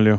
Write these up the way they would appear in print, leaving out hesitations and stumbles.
Алло.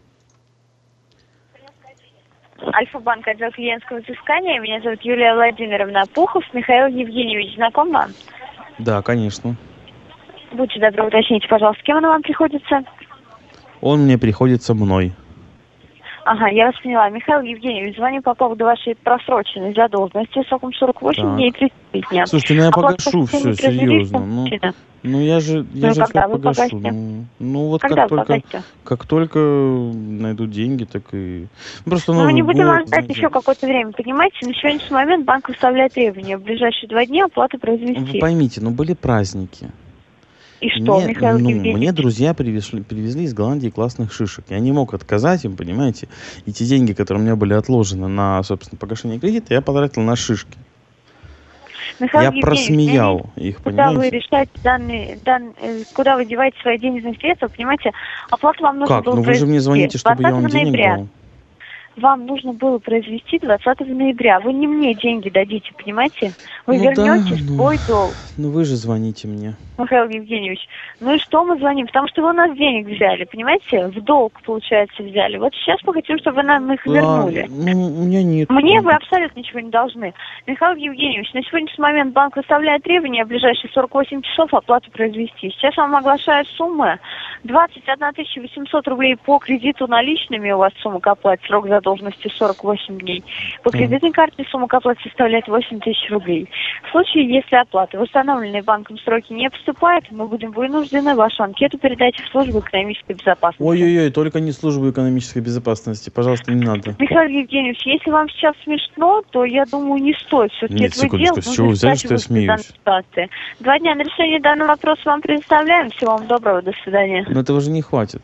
Альфа-банк, отдел клиентского взыскания. Меня зовут Юлия Владимировна Пухов. Михаил Евгеньевич, знаком вам? Да, конечно. Будьте добры, уточните, пожалуйста, кем он вам приходится? Он мне приходится мной. Ага, я вас поняла. Михаил Евгеньевич, звоню по поводу вашей просроченной задолженности сроком 48 Так. дней 30 дня. Слушайте, ну я Оплату погашу по системе все, произвели, серьезно. что? Ну я же когда все вы погашу. погасите? Ну вот Когда вы погасите? как только найду деньги, так и... Просто Ну, мы Новый не будем год, вас ждать знаете. еще какое-то время, понимаете? На сегодняшний момент банк выставляет требования в ближайшие 2 дня оплаты Вы произвести. поймите, ну были праздники. И что, Михаил Мне Евгеньевич? друзья привезли из Голландии классных шишек. Я не мог отказать им, понимаете. И те деньги, которые у меня были отложены на, собственно, погашение кредита, я потратил на шишки. Михаил Я Евгеньевич, просмеял их, куда вы понимаете. решаете куда вы деваете свои денежные средства, понимаете, оплату вам нужно Как? было Ну вы же мне звоните, чтобы я вам 20 денег ноября. дал. Вам нужно было произвести 20 ноября. Вы не мне деньги дадите, понимаете? Вы Ну вернете да, свой долг. Ну вы же звоните мне. Михаил Евгеньевич, ну и что мы звоним? Потому что вы у нас денег взяли, понимаете? В долг, получается, взяли. Вот сейчас мы хотим, чтобы вы нам их вернули. Ну, у меня нет. Мне вы абсолютно ничего не должны. Михаил Евгеньевич, на сегодняшний момент банк выставляет требования в ближайшие 48 часов оплату произвести. Сейчас вам оглашаю суммы 21 800 рублей по кредиту наличными, у вас сумма к оплате, срок задолженности 48 дней. По кредитной карте сумма к оплате составляет 8 тысяч рублей. В случае, если оплата в установленные банком сроки не поступает, мы будем вынуждены вашу анкету передать в службу экономической безопасности. Ой-ой-ой, только не службу экономической безопасности. Пожалуйста, не надо. Михаил Евгеньевич, если вам сейчас смешно, то я думаю, не стоит все-таки Нет, этого делать. секундочку, с чего вы взяли, что я смеюсь? 2 дня на решение данного вопроса вам предоставляем. Всего вам доброго, до свидания. Но этого же не хватит.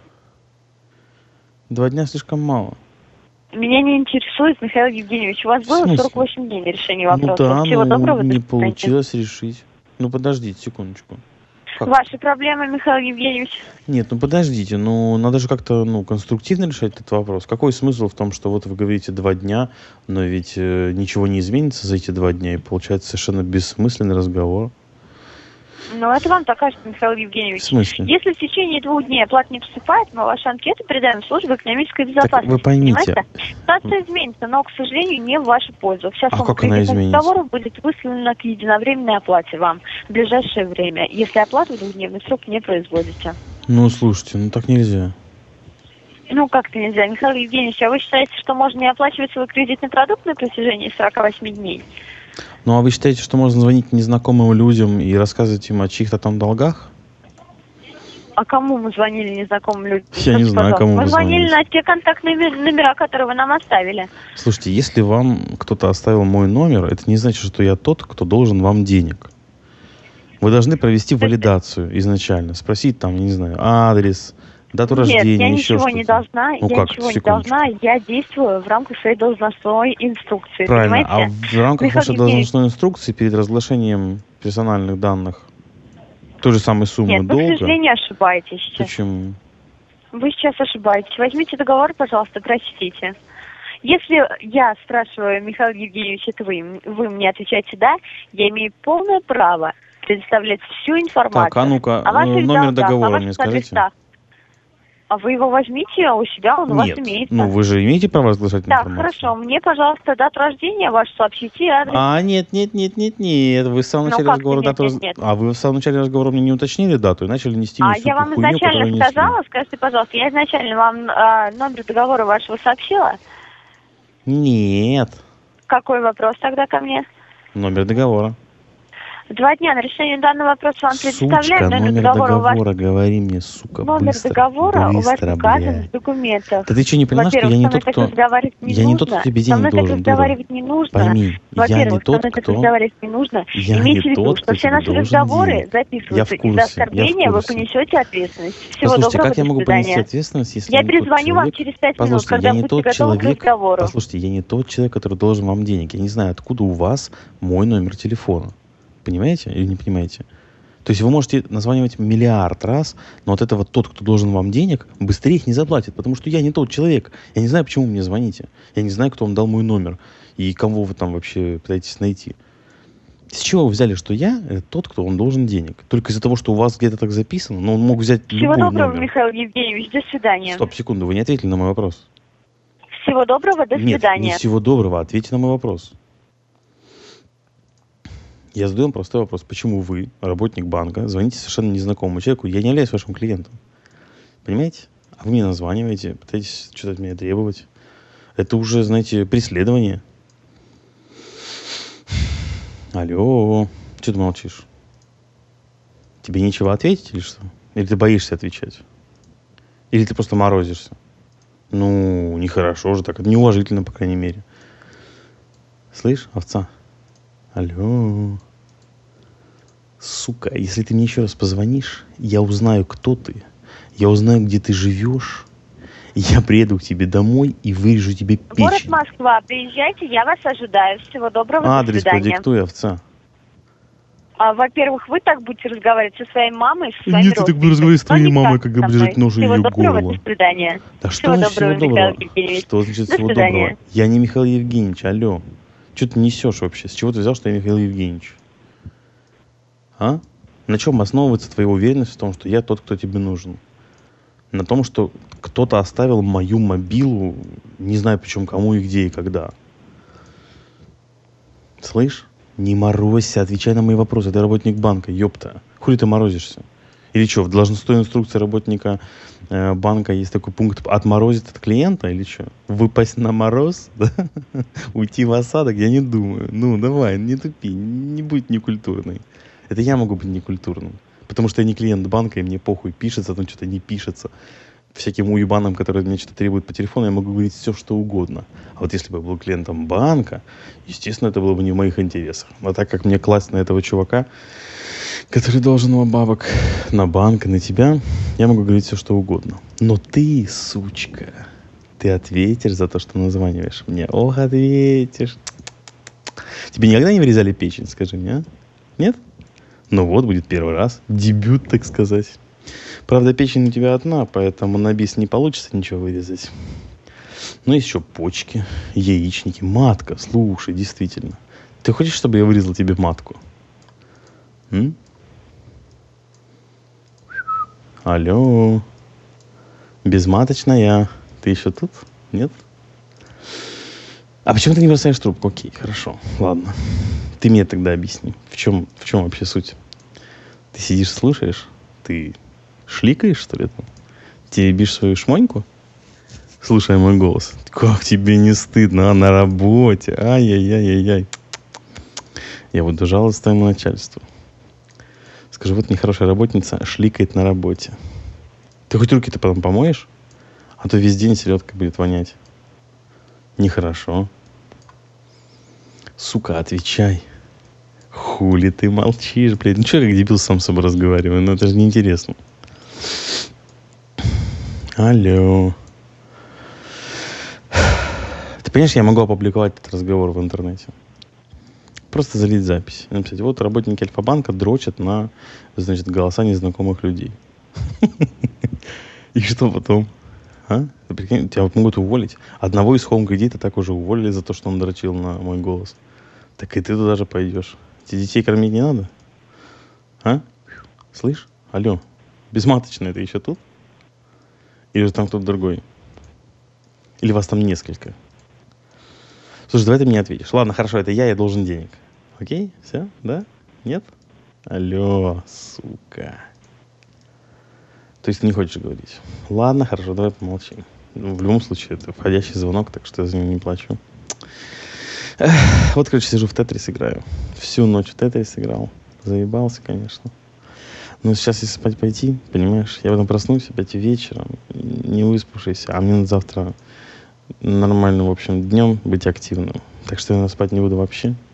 2 дня слишком мало. Меня не интересует, Михаил Евгеньевич, у вас было 48 дней на решение вопроса. Ну да, Всего доброго, до не свидания. получилось решить. Ну подождите секундочку. Как? Ваши проблемы, Михаил Евгеньевич. Нет, ну подождите, ну надо же как-то конструктивно решать этот вопрос. Какой смысл в том, что вот вы говорите 2 дня, но ведь ничего не изменится за эти 2 дня, и получается совершенно бессмысленный разговор. Ну, это вам так кажется, Михаил Евгеньевич. В смысле? Если в течение 2 дней оплата не поступает, мы вашу анкету передаем в службу экономической безопасности. вы поймите. Понимаете? Ситуация изменится, но, к сожалению, не в вашу пользу. Вся сумма как она кредитных изменится? договоров будет выслана к единовременной оплате вам в ближайшее время, если оплату в 2-дневный срок не производите. Ну, слушайте, ну так нельзя. Ну, как-то нельзя. Михаил Евгеньевич, а вы считаете, что можно не оплачивать свой кредитный продукт на протяжении 48 дней? Ну, а вы считаете, что можно звонить незнакомым людям и рассказывать им о чьих-то там долгах? А кому мы звонили незнакомым людям? Я не знаю, кому мы вы звонили звоните. на те контактные номера, которые вы нам оставили. Слушайте, если вам кто-то оставил мой номер, это не значит, что я тот, кто должен вам денег. Вы должны провести валидацию изначально. Спросить там, я не знаю, адрес, дату рождения, я еще ничего что-то. не должна, Ну я как, ничего не секундочку. должна, я действую в рамках своей должностной инструкции, Правильно, понимаете? а в рамках Михаил вашей Евгеньевич, должностной инструкции перед разглашением персональных данных той же самой суммы нет, вы, долга... к сожалению, ошибаетесь сейчас. Почему? Вы сейчас ошибаетесь. Возьмите договор, пожалуйста, прочтите. Если я спрашиваю, Михаил Евгеньевич, это вы мне отвечаете «да», я имею полное право предоставлять всю информацию. Так, а ну-ка, о ваших номер долгах, договора о ваших мне скажите. адресах. А вы его возьмите у себя, он у вас Нет, имеется. ну вы же имеете право разглашать Так, информацию? хорошо. Мне, пожалуйста, дату рождения вашу сообщите и адрес. Нет. Вы в самом начале как разговора нет, дату... нет. А вы в самом начале разговора мне не уточнили дату и начали нести мне всю Я ту вам хуйню, которую изначально несли. сказала, скажите, пожалуйста, я изначально вам номер договора вашего сообщила? Нет. Какой вопрос тогда ко мне? Номер договора. 2 дня на решение данного вопроса вам Сучка, предоставляем. номер договора, говори мне, сука, Номер быстро. договора у вас быстро, указан блядь. в документах. Да ты что, не понимаешь, что я не тот, кто... Я не тот, кто тебе Со мной денег так должен, дура. разговаривать не нужно. Пойми, я не Во-первых, тот, со мной так кто... разговаривать не нужно. Я Имейте не в виду, тот, что кто все тебе наши должен разговоры денег. записываются. Я в курсе, Из-за оскорбления я в вы курсе. понесете ответственность. Всего Послушайте, доброго, как я до могу понести свидания. ответственность, если Я не тот перезвоню вам человек... через 5 минут, Послушайте, когда я не будете тот готовы к человек... разговору. Послушайте, я не тот человек, который должен вам денег. Я не знаю, откуда у вас мой номер телефона. Понимаете или не понимаете? То есть вы можете названивать миллиард раз, но от этого тот, кто должен вам денег, быстрее их не заплатит, потому что я не тот человек. Я не знаю, почему вы мне звоните. Я не знаю, кто вам дал мой номер и кого вы там вообще пытаетесь найти. С чего вы взяли, что я тот, кто вам должен денег? Только из-за того, что у вас где-то так записано? Но он мог взять Всего любой доброго, номер. Михаил Евгеньевич. До свидания. Стоп, секунду, вы не ответили на мой вопрос. Всего доброго, до Нет, свидания. не всего доброго, ответьте на мой вопрос. Я задаю вам простой вопрос. Почему вы, работник банка, звоните совершенно незнакомому человеку? Я не являюсь вашим клиентом. Понимаете? А вы мне названиваете, пытаетесь что-то от меня требовать. Это уже, знаете, преследование. Алло, что ты молчишь? Тебе нечего ответить или что? Или ты боишься отвечать? Или ты просто морозишься? Ну, нехорошо же так. Это неуважительно, по крайней мере. Слышь, овца? Алло. Сука, если ты мне еще раз позвонишь, я узнаю, кто ты. Я узнаю, где ты живешь. Я приеду к тебе домой и вырежу тебе печень. Город Москва. Приезжайте, я вас ожидаю. Всего доброго, Адрес до свидания. продиктуй, овца. Во-первых, вы так будете разговаривать со своей мамой, со своими Нет, я так буду разговаривать с твоей мамой, когда со буду мной. лежать нож Всего ее доброго, горло. до свидания. Да Всего что значит всего доброго, доброго? Михаил Евгеньевич. Что значит До всего свидания. доброго? Я не Михаил Евгеньевич, алло. Что ты несешь вообще? С чего ты взял, что я Михаил Евгеньевич? А? На чем основывается твоя уверенность в том, что я тот, кто тебе нужен? На том, что кто-то оставил мою мобилу, не знаю причем кому и где и когда. Слышь? Не морозься, отвечай на мои вопросы. Ты работник банка, ёпта. Хули ты морозишься? Или что, в должностной инструкции работника банка есть такой пункт отморозить от клиента или что? Выпасть на мороз? Да? Уйти в осадок? Я не думаю. Ну, давай, не тупи, не будь некультурной. Это я могу быть некультурным. Потому что я не клиент банка, и мне похуй, пишется там что-то, не пишется. Всяким уебанам, которые мне что-то требуют по телефону, я могу говорить все, что угодно. А вот если бы я был клиентом банка, естественно, это было бы не в моих интересах. Но так как мне класть на этого чувака, который должен вам бабок, на банк и на тебя, я могу говорить все, что угодно. Но ты, сучка, ты ответишь за то, что названиваешь мне. Ох, ответишь. Тебе никогда не вырезали печень, скажи мне, а? Нет? Ну вот, будет первый раз. Дебют, так сказать. Правда, печень у тебя одна, поэтому на бис не получится ничего вырезать. Ну, есть еще почки, яичники, матка. Слушай, действительно. Ты хочешь, чтобы я вырезал тебе матку? М? Алло. Безматочная. Ты еще тут? Нет? А почему ты не бросаешь трубку? Окей, хорошо. Ладно. Ты мне тогда объясни. В чем вообще суть? Ты сидишь, слушаешь? Ты шликаешь, что ли, там? Теребишь свою шмоньку? Слушай мой голос. Как тебе не стыдно, а на работе? Ай-яй-яй-яй-яй. Я буду жаловаться твоему начальству. Скажи, вот нехорошая работница шликает на работе. Ты хоть руки-то потом помоешь? А то весь день селедка будет вонять. Нехорошо. Сука, отвечай. Хули ты молчишь, блядь? Ну что, как дебил сам с собой разговариваю? Ну это же неинтересно. Алло. Ты понимаешь, я могу опубликовать этот разговор в интернете. Просто залить запись. Написать, вот работники Альфа-банка дрочат на, значит, голоса незнакомых людей. И что потом? А? Ты прикинь, тебя могут уволить. Одного из Home Кредита так уже уволили за то, что он дрочил на мой голос. Так и ты туда же пойдешь. Тебе детей кормить не надо? А? Слышь? Алло. Безматочная, ты еще тут? Или же там кто-то другой? Или вас там несколько? Слушай, давай ты мне ответишь. Ладно, хорошо, это я должен денег. Окей? Все? Да? Нет? Алло, сука. То есть ты не хочешь говорить? Ладно, хорошо, давай помолчим. Ну, в любом случае, это входящий звонок, так что я за него не плачу. Вот, короче, сижу в Тетрис играю. Всю ночь в Тетрис играл. Заебался, конечно. Но сейчас, если спать пойти, понимаешь, я потом проснусь опять вечером, не выспавшийся, а мне надо завтра нормально, в общем, днем быть активным. Так что я спать не буду вообще.